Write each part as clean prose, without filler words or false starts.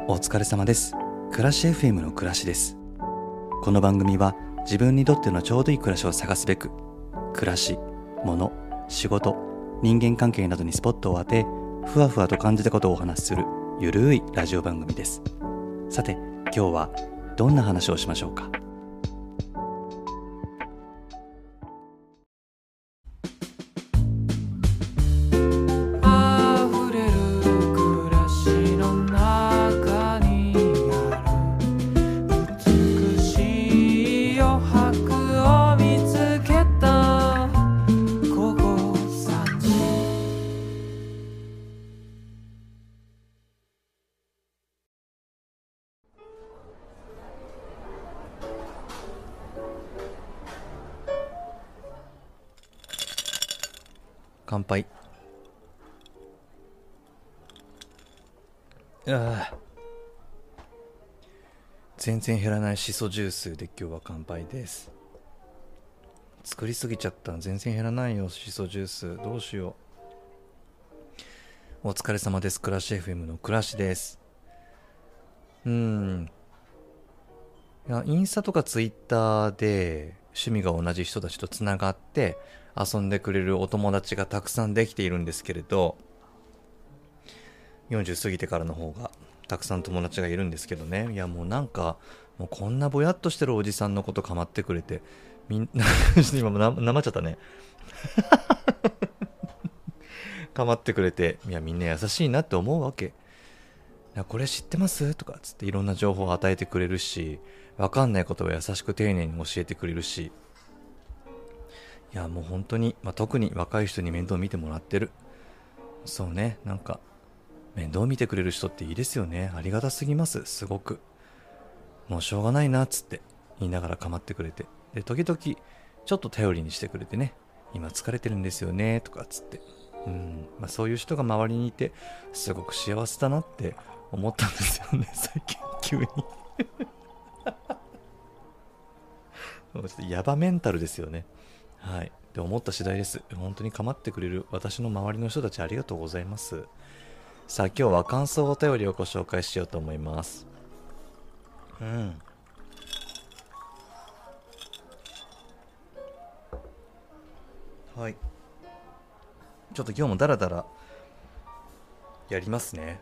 お疲れ様です。暮らし FM の暮らしです。この番組は自分にとってのちょうどいい暮らしを探すべく、暮らし、物、仕事、人間関係などにスポットを当て、ふわふわと感じたことをお話しするゆるいラジオ番組です。さて、今日はどんな話をしましょうか。乾杯。全然減らないシソジュースで今日は乾杯です。作りすぎちゃった。全然減らないよ、シソジュース。どうしよう。お疲れ様です。暮らし FM の暮らしです。いや、インスタとかツイッターで趣味が同じ人たちとつながって遊んでくれるお友達がたくさんできているんですけれど、40過ぎてからの方がたくさん友達がいるんですけどね。いや、もうなんかもうこんなぼやっとしてるおじさんのこと構ってくれて、みんな今もなまっちゃったね構ってくれて、いや、みんな優しいなって思うわけ。いや、これ知ってますとかつっていろんな情報を与えてくれるし、わかんないことを優しく丁寧に教えてくれるし、いや、もう本当に、特に若い人に面倒見てもらってる。そうね、なんか面倒見てくれる人っていいですよね。ありがたすぎます。すごく。もうしょうがないなっつって言いながら構ってくれて、で時々ちょっと頼りにしてくれてね、今疲れてるんですよねとかっつって、そういう人が周りにいてすごく幸せだなって思ったんですよね、最近急にちょっとヤバメンタルですよね。はい、って思った次第です。本当に構ってくれる私の周りの人たちありがとうございます。さあ、今日は感想お便りをご紹介しようと思います。はい、ちょっと今日もダラダラやりますね。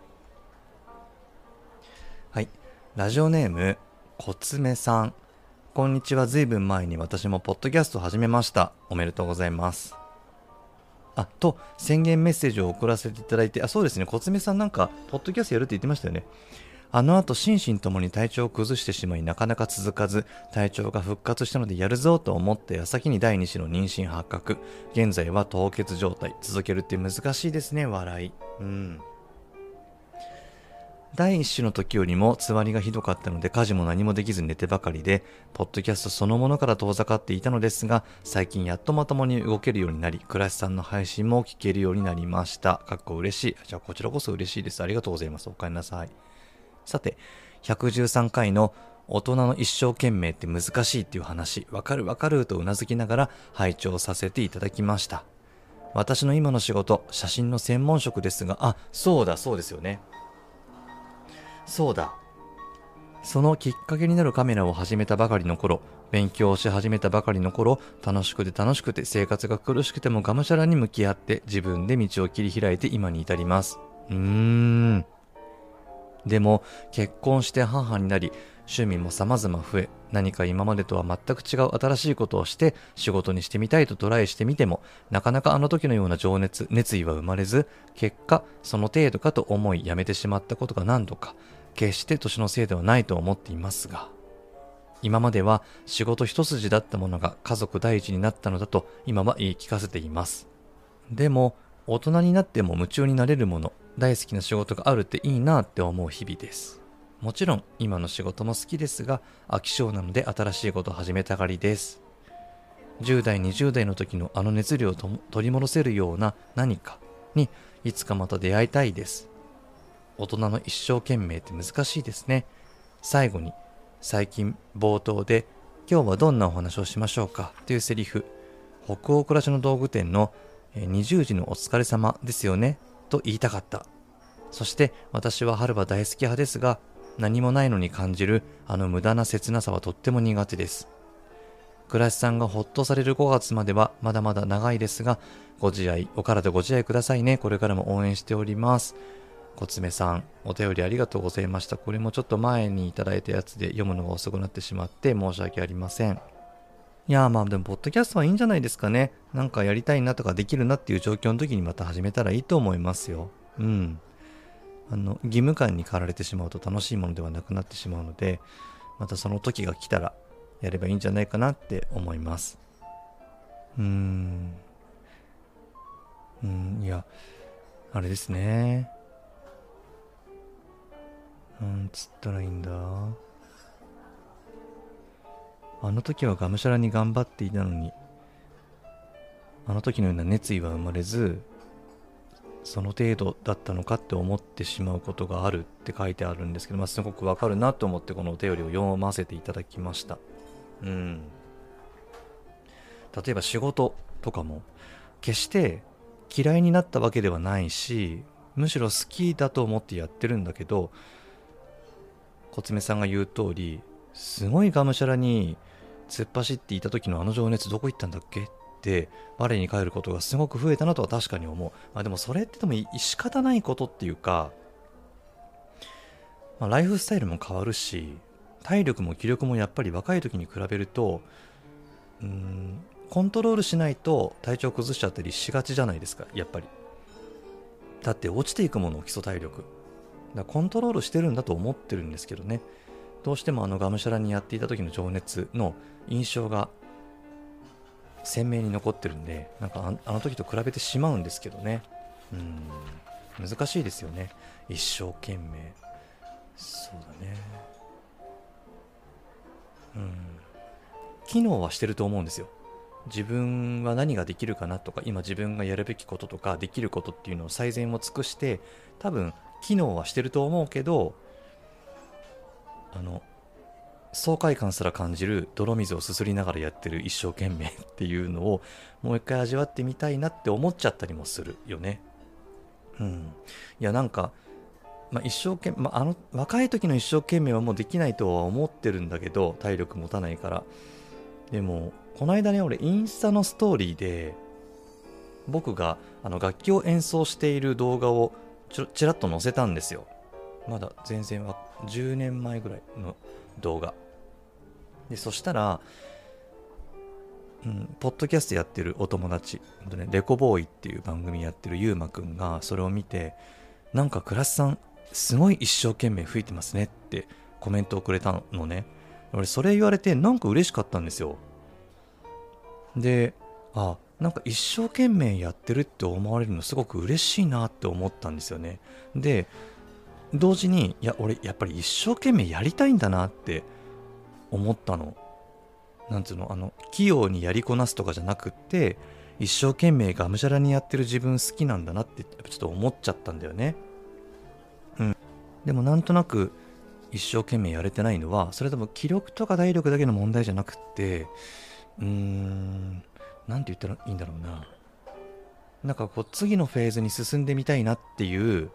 はい、ラジオネームコツメさん、こんにちは。ずいぶん前に私もポッドキャストを始めました。おめでとうございます。と宣言メッセージを送らせていただいて、そうですね、コツメさんなんかポッドキャストやるって言ってましたよね。あの後心身ともに体調を崩してしまい、なかなか続かず、体調が復活したのでやるぞと思って矢先に第2子の妊娠発覚。現在は凍結状態。続けるって難しいですね。笑い。第1子の時よりもつわりがひどかったので、家事も何もできず寝てばかりで、ポッドキャストそのものから遠ざかっていたのですが、最近やっとまともに動けるようになり、倉石さんの配信も聞けるようになりました。かっこ嬉しい。じゃあこちらこそ嬉しいです。ありがとうございます。お帰りなさい。さて、113回の大人の一生懸命って難しいっていう話、わかるわかるとうなずきながら拝聴させていただきました。私の今の仕事、写真の専門職ですが、そうですよね。そうだ。そのきっかけになるカメラを始めたばかりの頃、勉強をし始めたばかりの頃、楽しくて生活が苦しくてもがむしゃらに向き合って自分で道を切り開いて今に至ります。でも結婚して母になり、趣味も様々増え、何か今までとは全く違う新しいことをして仕事にしてみたいとトライしてみても、なかなかあの時のような熱意は生まれず、結果その程度かと思いやめてしまったことが何度か。決して年のせいではないと思っていますが、今までは仕事一筋だったものが家族第一になったのだと今は言い聞かせています。でも大人になっても夢中になれるもの、大好きな仕事があるっていいなって思う日々です。もちろん今の仕事も好きですが、飽き性なので新しいことを始めたがりです。10代20代の時のあの熱量を取り戻せるような何かにいつかまた出会いたいです。大人の一生懸命って難しいですね。最後に、最近冒頭で今日はどんなお話をしましょうかというセリフ、北欧暮らしの道具店の20時のお疲れ様ですよねと言いたかった。そして私は春は大好き派ですが、 何もないのに感じるあの無駄な切なさはとっても苦手です。倉石さんがほっとされる5月まではまだまだ長いですが、お体ご自愛くださいね。これからも応援しております。コツメさん、お便りありがとうございました。これもちょっと前にいただいたやつで読むのが遅くなってしまって申し訳ありません。いやー、まあでもポッドキャストはいいんじゃないですかね。なんかやりたいなとかできるなっていう状況の時にまた始めたらいいと思いますよ。うん。義務感に駆られてしまうと楽しいものではなくなってしまうので、またその時が来たらやればいいんじゃないかなって思います。いや、あれですね。つったらいいんだ。あの時はがむしゃらに頑張っていたのに、あの時のような熱意は生まれず、その程度だったのかって思ってしまうことがあるって書いてあるんですけど、すごくわかるなと思ってこのお便りを読ませていただきました。例えば仕事とかも決して嫌いになったわけではないし、むしろ好きだと思ってやってるんだけど、コツメさんが言う通り、すごいがむしゃらに突っ走っていた時のあの情熱どこ行ったんだっけって我に返ることがすごく増えたなとは確かに思う。でもそれってでも仕方ないことっていうか、ライフスタイルも変わるし、体力も気力もやっぱり若い時に比べるとコントロールしないと体調崩しちゃったりしがちじゃないですか。やっぱりだって落ちていくもの、基礎体力だ、コントロールしてるんだと思ってるんですけどね。どうしてもがむしゃらにやっていた時の情熱の印象が鮮明に残ってるんで、なんかあの時と比べてしまうんですけどね。難しいですよね。一生懸命。そうだね。機能はしてると思うんですよ。自分は何ができるかなとか、今自分がやるべきこととかできることっていうのを最善を尽くして多分機能はしてると思うけど、爽快感すら感じる泥水をすすりながらやってる一生懸命っていうのをもう一回味わってみたいなって思っちゃったりもするよね。いやなんか、一生懸命、若い時の一生懸命はもうできないとは思ってるんだけど、体力持たないから。でもこの間ね、俺インスタのストーリーで僕が楽器を演奏している動画をちらっと載せたんですよ。まだ全然10年前ぐらいの動画で、そしたらポッドキャストやってるお友達、レコボーイっていう番組やってるゆうまくんがそれを見て、なんか倉石さんすごい一生懸命吹いてますねってコメントをくれたのね。俺それ言われてなんか嬉しかったんですよ。で、なんか一生懸命やってるって思われるのすごく嬉しいなって思ったんですよね。で、同時に俺やっぱり一生懸命やりたいんだなって思ったの。なんつうの、器用にやりこなすとかじゃなくって、一生懸命がむしゃらにやってる自分好きなんだなってやっぱちょっと思っちゃったんだよね。でもなんとなく一生懸命やれてないのは、それとも気力とか体力だけの問題じゃなくって、なんて言ったらいいんだろうな。なんかこう次のフェーズに進んでみたいなっていう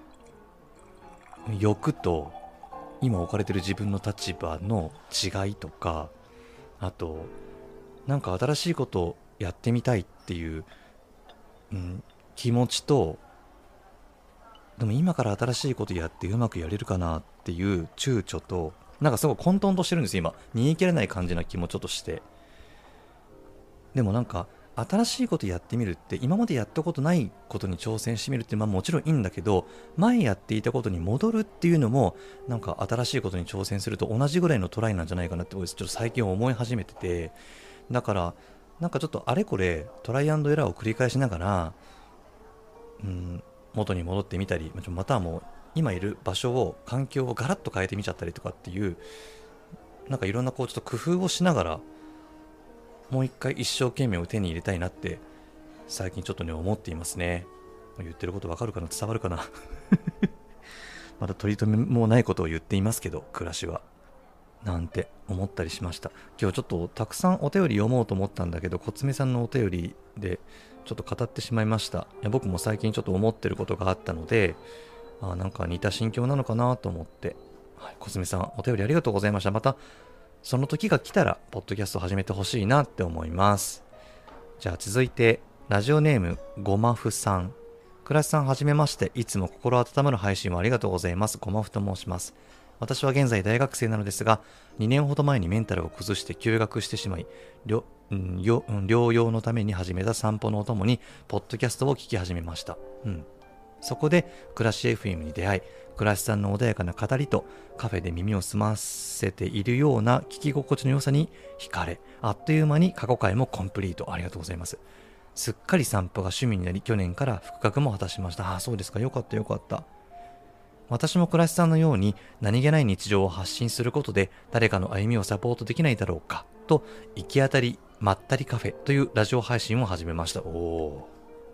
欲と、今置かれてる自分の立場の違いとか、あとなんか新しいことをやってみたいっていう、気持ちと、でも今から新しいことやってうまくやれるかなっていう躊躇と、なんかすごい混沌としてるんです今。煮え切れない感じな気もちょっとして。でもなんか新しいことやってみるって、今までやったことないことに挑戦してみるってもちろんいいんだけど、前やっていたことに戻るっていうのもなんか新しいことに挑戦すると同じぐらいのトライなんじゃないかなってちょっと最近思い始めてて、だからなんかちょっとあれこれトライアンドエラーを繰り返しながら、元に戻ってみたり、またはもう今いる場所を環境をガラッと変えてみちゃったりとかっていう、なんかいろんなこうちょっと工夫をしながらもう一回一生懸命を手に入れたいなって最近ちょっとね思っていますね。言ってることわかるかな、伝わるかなまだ取り留めもないことを言っていますけど、暮らしはなんて思ったりしました。今日ちょっとたくさんお便り読もうと思ったんだけど、コツメさんのお便りでちょっと語ってしまいました。僕も最近ちょっと思ってることがあったので、なんか似た心境なのかなと思ってはい、小爪さん、お便りありがとうございました。また、その時が来たら、ポッドキャストを始めてほしいなって思います。じゃあ続いて、ラジオネーム、ごまふさん。倉石さん、はじめまして。いつも心温まる配信をありがとうございます。ごまふと申します。私は現在大学生なのですが、2年ほど前にメンタルを崩して休学してしまい、療養のために始めた散歩のお供に、ポッドキャストを聞き始めました。そこで、暮らし FM に出会い、倉石さんの穏やかな語りと、カフェで耳を澄ませているような聞き心地の良さに惹かれ、あっという間に過去回もコンプリート。ありがとうございます。すっかり散歩が趣味になり、去年から復学も果たしました。そうですか。よかったよかった。私も倉石さんのように何気ない日常を発信することで誰かの歩みをサポートできないだろうかと、行き当たりまったりカフェというラジオ配信を始めました。ポ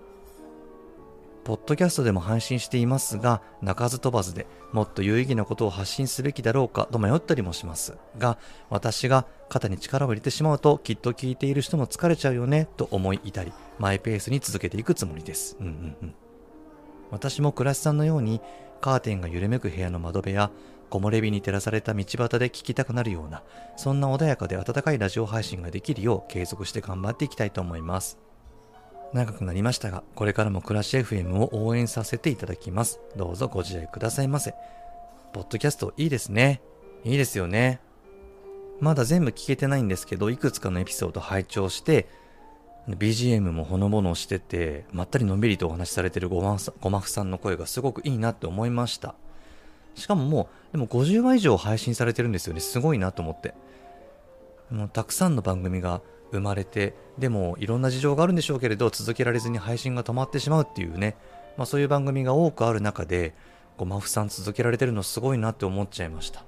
ッドキャストでも配信していますが、鳴かず飛ばずでもっと有意義なことを発信すべきだろうかと迷ったりもしますが、私が肩に力を入れてしまうときっと聞いている人も疲れちゃうよねと思い至り、マイペースに続けていくつもりです。私も倉石さんのようにカーテンが揺れめく部屋の窓辺や木漏れ日に照らされた道端で聞きたくなるような、そんな穏やかで温かいラジオ配信ができるよう継続して頑張っていきたいと思います。長くなりましたが、これからも暮らし FM を応援させていただきます。どうぞご自愛くださいませ。ポッドキャストいいですね。いいですよね。まだ全部聞けてないんですけど、いくつかのエピソード拝聴して、BGM もほのぼのしてて、まったりのんびりとお話しされてるごまふさんの声がすごくいいなって思いました。しかもでも50話以上配信されてるんですよね。すごいなと思って。たくさんの番組が生まれて、でもいろんな事情があるんでしょうけれど、続けられずに配信が止まってしまうっていうね、そういう番組が多くある中で、ごまふさん続けられてるのすごいなって思っちゃいました。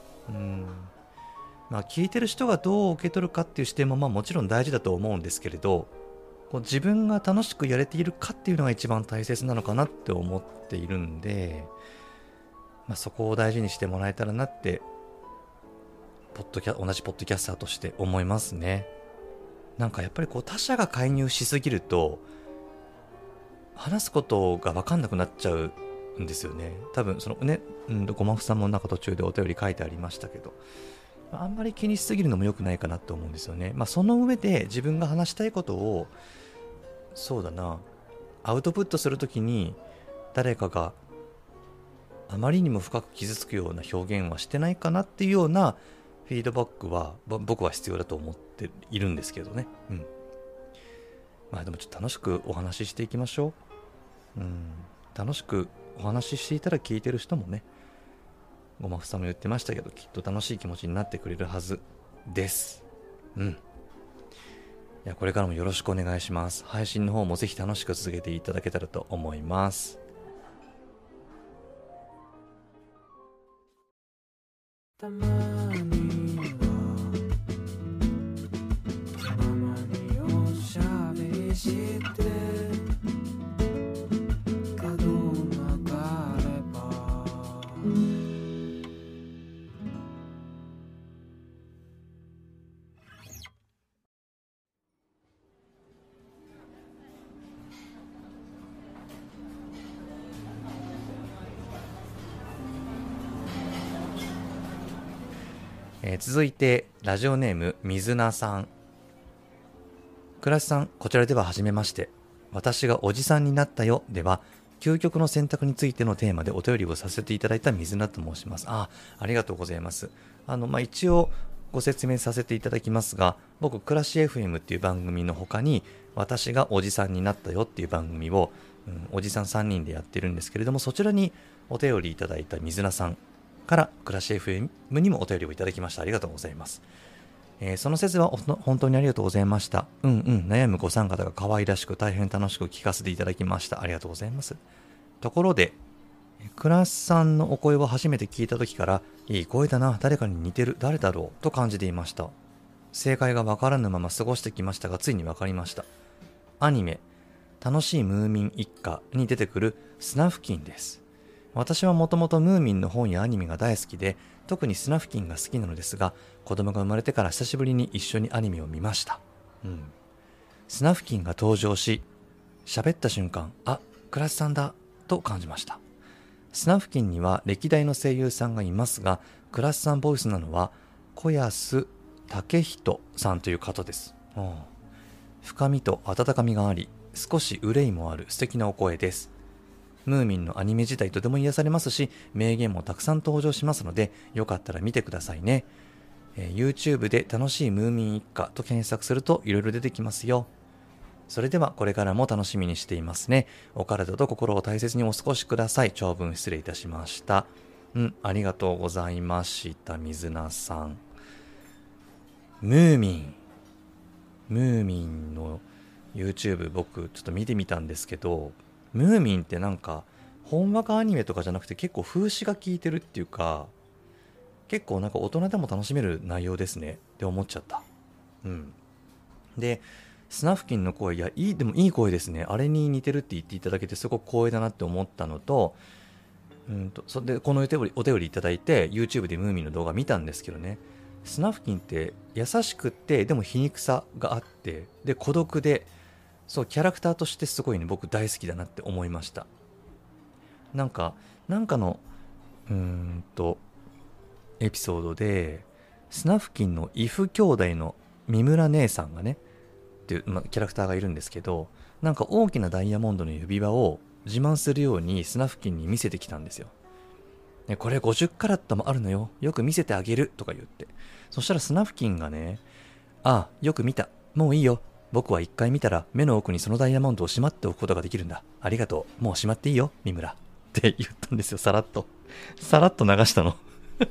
聞いてる人がどう受け取るかっていう視点ももちろん大事だと思うんですけれど、自分が楽しくやれているかっていうのが一番大切なのかなって思っているんで、そこを大事にしてもらえたらなって同じポッドキャスターとして思いますね。なんかやっぱり他者が介入しすぎると話すことが分かんなくなっちゃうんですよね。多分ごまふさんも途中でお便り書いてありましたけど、あんまり気にしすぎるのも良くないかなと思うんですよね。その上で自分が話したいことをアウトプットするときに誰かがあまりにも深く傷つくような表現はしてないかなっていうようなフィードバックは僕は必要だと思っているんですけどね。でもちょっと楽しくお話ししていきましょう。楽しくお話ししていたら聞いてる人もね、ごまふさんも言ってましたけど、きっと楽しい気持ちになってくれるはずです。いや、これからもよろしくお願いします。配信の方もぜひ楽しく続けていただけたらと思います。たまにおしゃべりして続いてラジオネーム水菜さん。倉石さん、こちらでは初めまして。私がおじさんになったよでは究極の選択についてのテーマでお便りをさせていただいた水菜と申します。ありがとうございます。一応ご説明させていただきますが、僕暮らし FM っていう番組の他に私がおじさんになったよっていう番組を、おじさん3人でやってるんですけれども、そちらにお便りいただいた水菜さんから暮らし FM にもお便りをいただきました。ありがとうございます。その説は本当にありがとうございました。悩むご参加が可愛らしく大変楽しく聞かせていただきました。ありがとうございます。ところで、倉石さんのお声を初めて聞いた時から、いい声だな、誰かに似てる、誰だろうと感じていました。正解がわからぬまま過ごしてきましたが、ついにわかりました。アニメ、楽しいムーミン一家に出てくるスナフキンです。私はもともとムーミンの本やアニメが大好きで、特にスナフキンが好きなのですが、子供が生まれてから久しぶりに一緒にアニメを見ました。スナフキンが登場し、喋った瞬間、倉石さんだと感じました。 スナフキンには歴代の声優さんがいますが、クラスさんボイスなのは小安武人さんという方です。深みと温かみがあり、少し憂いもある素敵なお声です。ムーミンのアニメ自体とても癒されますし、名言もたくさん登場しますので、よかったら見てくださいね。YouTube で楽しいムーミン一家と検索するといろいろ出てきますよ。それではこれからも楽しみにしていますね。お体と心を大切にお過ごしください。長文失礼いたしました。ありがとうございました。水菜さん。ムーミンの YouTube 僕ちょっと見てみたんですけど、ムーミンってなんかほんわかアニメとかじゃなくて結構風刺が効いてるっていうか、結構なんか大人でも楽しめる内容ですねって思っちゃった。で、スナフキンの声、でもいい声ですね。あれに似てるって言っていただけてすごく光栄だなって思ったのと、それでこのお便りいただいて YouTube でムーミンの動画見たんですけどね、スナフキンって優しくってでも皮肉さがあって、で孤独で、そうキャラクターとしてすごいね僕大好きだなって思いました。なんかのエピソードでスナフキンのイフ兄弟の三村姉さんがねっていう、キャラクターがいるんですけど、なんか大きなダイヤモンドの指輪を自慢するようにスナフキンに見せてきたんですよ。これ50カラットもあるのよ、よく見せてあげるとか言って、そしたらスナフキンがね、よく見た、もういいよ、僕は一回見たら目の奥にそのダイヤモンドをしまっておくことができるんだ、ありがとう、もうしまっていいよ三村って言ったんですよ。さらっと流したの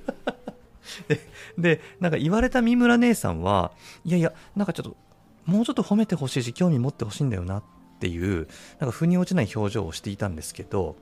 でなんか言われた三村姉さんは、いやなんかちょっともうちょっと褒めてほしいし興味持ってほしいんだよなっていうなんか腑に落ちない表情をしていたんですけど、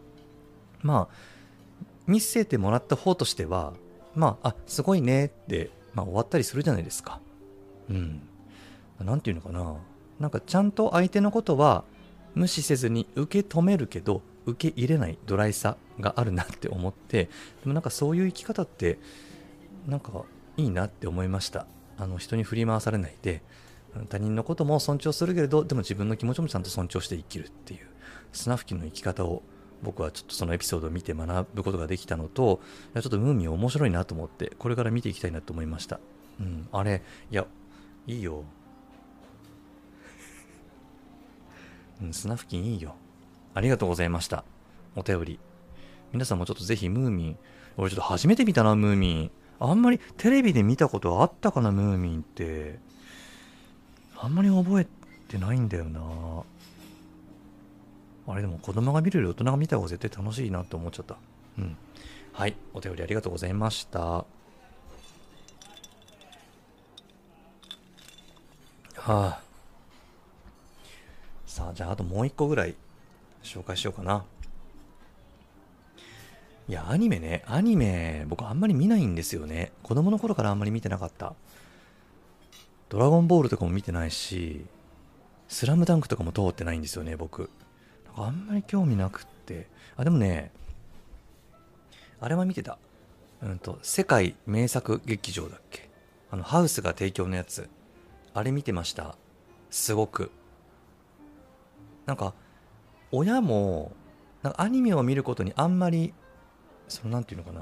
見せてもらった方としてはすごいねって、終わったりするじゃないですか。なんていうのかな、なんかちゃんと相手のことは無視せずに受け止めるけど受け入れないドライさがあるなって思って、でもなんかそういう生き方ってなんかいいなって思いました。人に振り回されないで、他人のことも尊重するけれど、でも自分の気持ちもちゃんと尊重して生きるっていうスナフキンの生き方を僕はちょっとそのエピソードを見て学ぶことができたのと、ちょっとムーミン面白いなと思ってこれから見ていきたいなと思いました。あれいいよ、スナフキンいいよ。ありがとうございました。お便り皆さんもちょっとぜひムーミン、俺ちょっと初めて見たなムーミン。あんまりテレビで見たことあったかな、ムーミンってあんまり覚えてないんだよな。あれでも子供が見るより大人が見た方が絶対楽しいなって思っちゃった。はい、お便りありがとうございました。さあ、じゃああともう一個ぐらい紹介しようかな。いや、アニメ僕あんまり見ないんですよね。子供の頃からあんまり見てなかった。ドラゴンボールとかも見てないし、スラムダンクとかも通ってないんですよね僕。あんまり興味なくって。でもね、あれは見てた。世界名作劇場だっけ、ハウスが提供のやつ、あれ見てました。すごくなんか親もなんかアニメを見ることにあんまりなんていうのか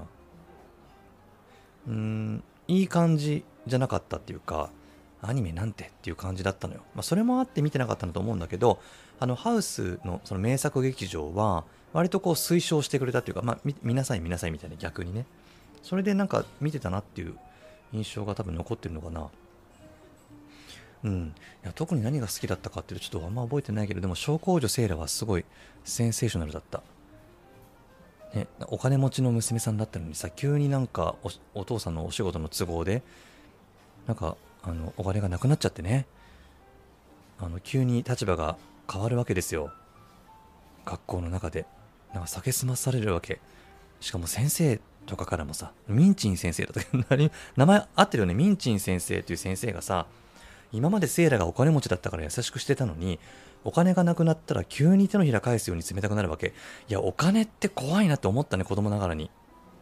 な、いい感じじゃなかったっていうか、アニメなんてっていう感じだったのよ。それもあって見てなかったんだと思うんだけど、ハウスのその名作劇場は割とこう推奨してくれたっていうか、見なさいみたいな、逆にね、それでなんか見てたなっていう印象が多分残ってるのかな。いや特に何が好きだったかっていうとちょっとあんま覚えてないけど、でも小公女セイラはすごいセンセーショナルだった、ね、お金持ちの娘さんだったのにさ、急になんか お父さんのお仕事の都合でなんかお金がなくなっちゃってね、急に立場が変わるわけですよ。学校の中でなんか酒済まされるわけ。しかも先生とかからもさ、ミンチン先生だったけど名前合ってるよね、ミンチン先生っていう先生がさ、今までセイラがお金持ちだったから優しくしてたのに、お金がなくなったら急に手のひら返すように冷たくなるわけ。いや、お金って怖いなって思ったね、子供ながらに。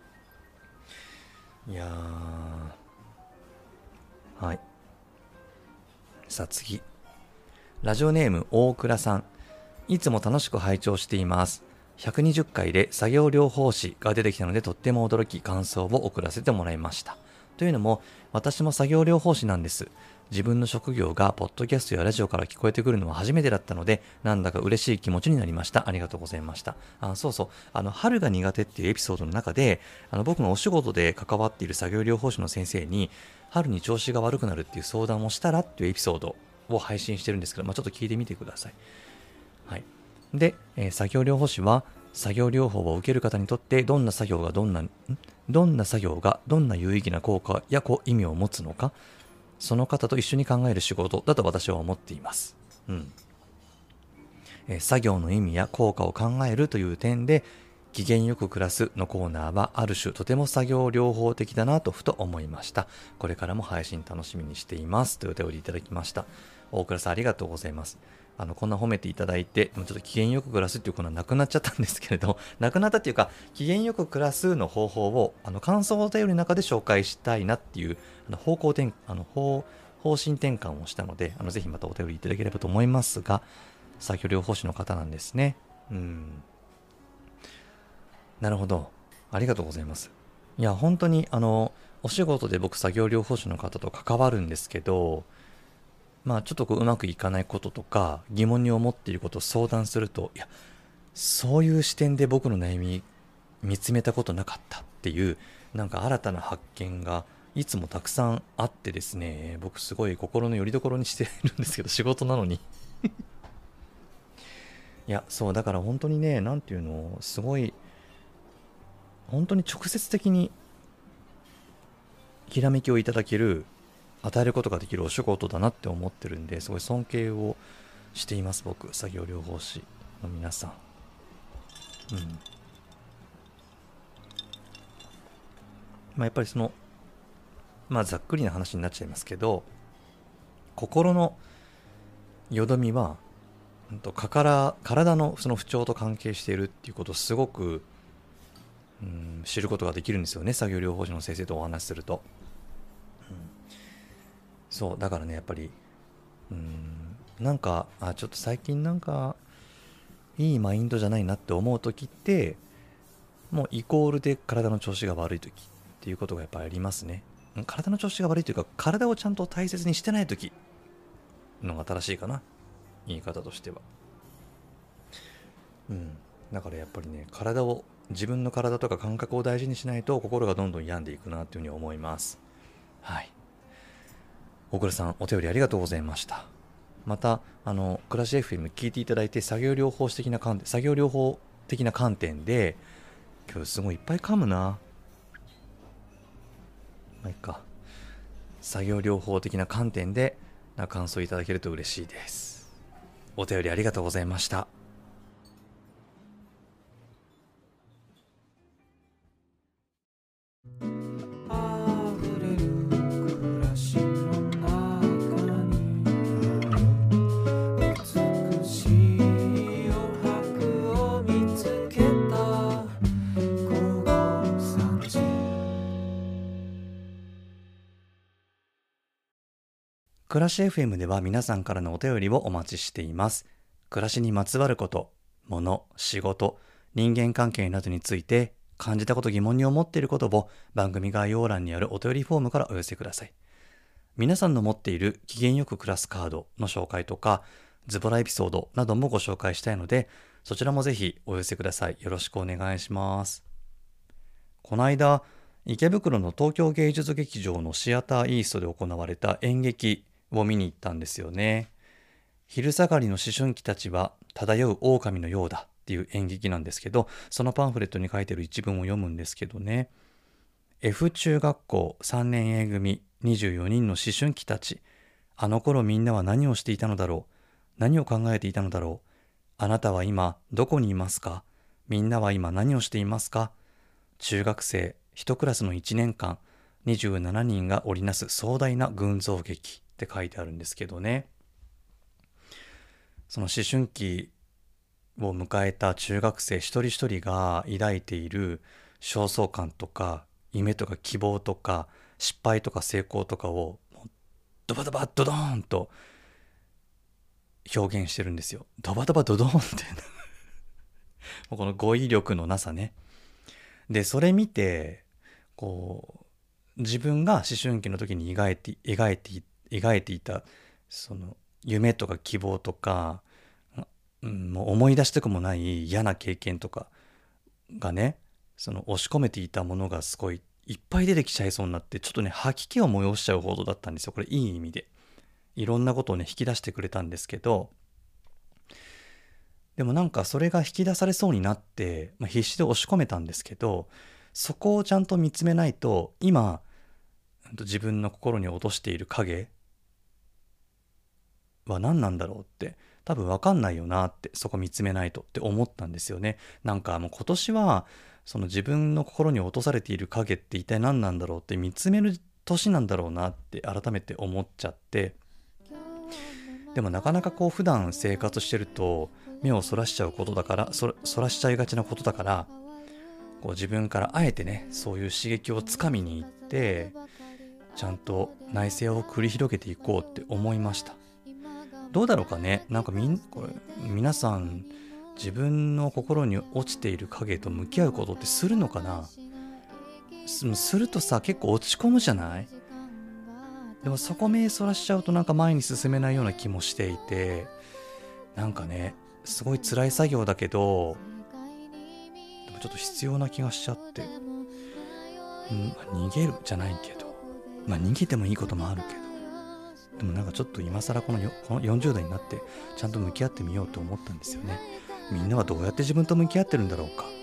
いやー、はい。さあ次。ラジオネーム大倉さん。いつも楽しく拝聴しています。 120回で作業療法士が出てきたのでとっても驚き感想を送らせてもらいました。というのも私も作業療法士なんです。自分の職業がポッドキャストやラジオから聞こえてくるのは初めてだったのでなんだか嬉しい気持ちになりました。ありがとうございました。そうそう、春が苦手っていうエピソードの中で僕がお仕事で関わっている作業療法士の先生に春に調子が悪くなるっていう相談をしたらっていうエピソードを配信してるんですけど、ちょっと聞いてみてください。はい。で、作業療法士は作業療法を受ける方にとってどんな作業がどんな有意義な効果や意味を持つのか、その方と一緒に考える仕事だと私は思っています。作業の意味や効果を考えるという点で機嫌よく暮らすのコーナーはある種とても作業療法的だなとふと思いました。これからも配信楽しみにしていますというお便りいただきました。大倉さんありがとうございます。こんな褒めていただいて、ちょっと機嫌よく暮らすっていうコーナーなくなっちゃったんですけれど、なくなったっていうか、機嫌よく暮らすの方法を、感想お便りの中で紹介したいなっていう、方針転換をしたので、ぜひまたお便りいただければと思いますが、作業療法士の方なんですね。なるほど。ありがとうございます。いや、本当に、お仕事で僕作業療法士の方と関わるんですけど、ちょっとうまくいかないこととか疑問に思っていることを相談すると、いや、そういう視点で僕の悩み見つめたことなかったっていう、なんか新たな発見がいつもたくさんあってですね、僕すごい心の拠り所にしてるんですけど、仕事なのにいや、そうだから本当にね、なんていうの、すごい本当に直接的にひらめきをいただける、与えることができるお仕事だなって思ってるんで、すごい尊敬をしています。僕作業療法士の皆さん。やっぱりざっくりな話になっちゃいますけど、心のよどみは体のその不調と関係しているっていうことをすごく知ることができるんですよね、作業療法士の先生とお話しすると。そうだからね、やっぱりなんかちょっと最近なんかいいマインドじゃないなって思う時って、もうイコールで体の調子が悪い時っていうことがやっぱりありますね。体の調子が悪いというか、体をちゃんと大切にしてない時のが正しいかな、言い方としては。だからやっぱりね、自分の体とか感覚を大事にしないと心がどんどん病んでいくなというふうに思います。はい。大倉さん、お便りありがとうございました。また暮らし FM 聞いていただいて、作業療法的な観点で、今日すごいいっぱい噛むな。いっか。作業療法的な観点で感想いただけると嬉しいです。お便りありがとうございました。暮らし FM では皆さんからのお便りをお待ちしています。暮らしにまつわること、物、仕事、人間関係などについて感じたこと、疑問に思っていることを番組概要欄にあるお便りフォームからお寄せください。皆さんの持っている機嫌よく暮らすカードの紹介とか、ズボラエピソードなどもご紹介したいので、そちらもぜひお寄せください。よろしくお願いします。この間、池袋の東京芸術劇場のシアターイーストで行われた演劇を見に行ったんですよね。昼下がりの思春期たちは漂う狼のようだっていう演劇なんですけど、そのパンフレットに書いてる一文を読むんですけどね。F 中学校3年 A 組24人の思春期たち、あの頃みんなは何をしていたのだろう、何を考えていたのだろう、あなたは今どこにいますか、みんなは今何をしていますか、中学生1クラスの1年間27人が織りなす壮大な群像劇って書いてあるんですけどね。その思春期を迎えた中学生一人一人が抱いている焦燥感とか夢とか希望とか失敗とか成功とかをドバドバドドーンと表現してるんですよ。ドバドバドドーンってこの語彙力のなさね。で、それ見て、こう、自分が思春期の時に描いていた、その、夢とか希望とか、もう思い出したくもない嫌な経験とかがね、その押し込めていたものがすごいいっぱい出てきちゃいそうになって、ちょっとね、吐き気を催しちゃうほどだったんですよ。これいい意味で。いろんなことをね、引き出してくれたんですけど、でもなんかそれが引き出されそうになって、必死で押し込めたんですけど、そこをちゃんと見つめないと、今、自分の心に落としている影は何なんだろうって、多分わかんないよなって、そこ見つめないとって思ったんですよね。なんかもう今年は、その自分の心に落とされている影って一体何なんだろうって見つめる年なんだろうなって改めて思っちゃって、でもなかなかこう普段生活してると目をそらしちゃうことだから、そらしちゃいがちなことだから、こう自分からあえてね、そういう刺激をつかみに行って、ちゃんと内省を繰り広げていこうって思いました。どうだろうかね。なんかこれ皆さん自分の心に落ちている影と向き合うことってするのかな。するとさ、結構落ち込むじゃない。でもそこ目そらしちゃうとなんか前に進めないような気もしていて、なんかね、すごい辛い作業だけど、でもちょっと必要な気がしちゃって、逃げるじゃないけど、逃げてもいいこともあるけど、でもなんかちょっと今更この40代になってちゃんと向き合ってみようと思ったんですよね。みんなはどうやって自分と向き合ってるんだろうか。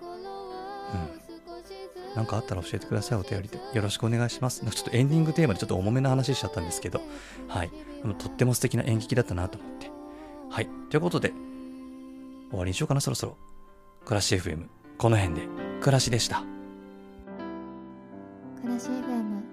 なんかあったら教えてください。お便りでよろしくお願いします。ちょっとエンディングテーマでちょっと重めな話しちゃったんですけど、はい、とっても素敵な演劇だったなと思って、はい、ということで終わりにしようかな。そろそろ暮らし FM この辺で暮らしでした。 暮らし FM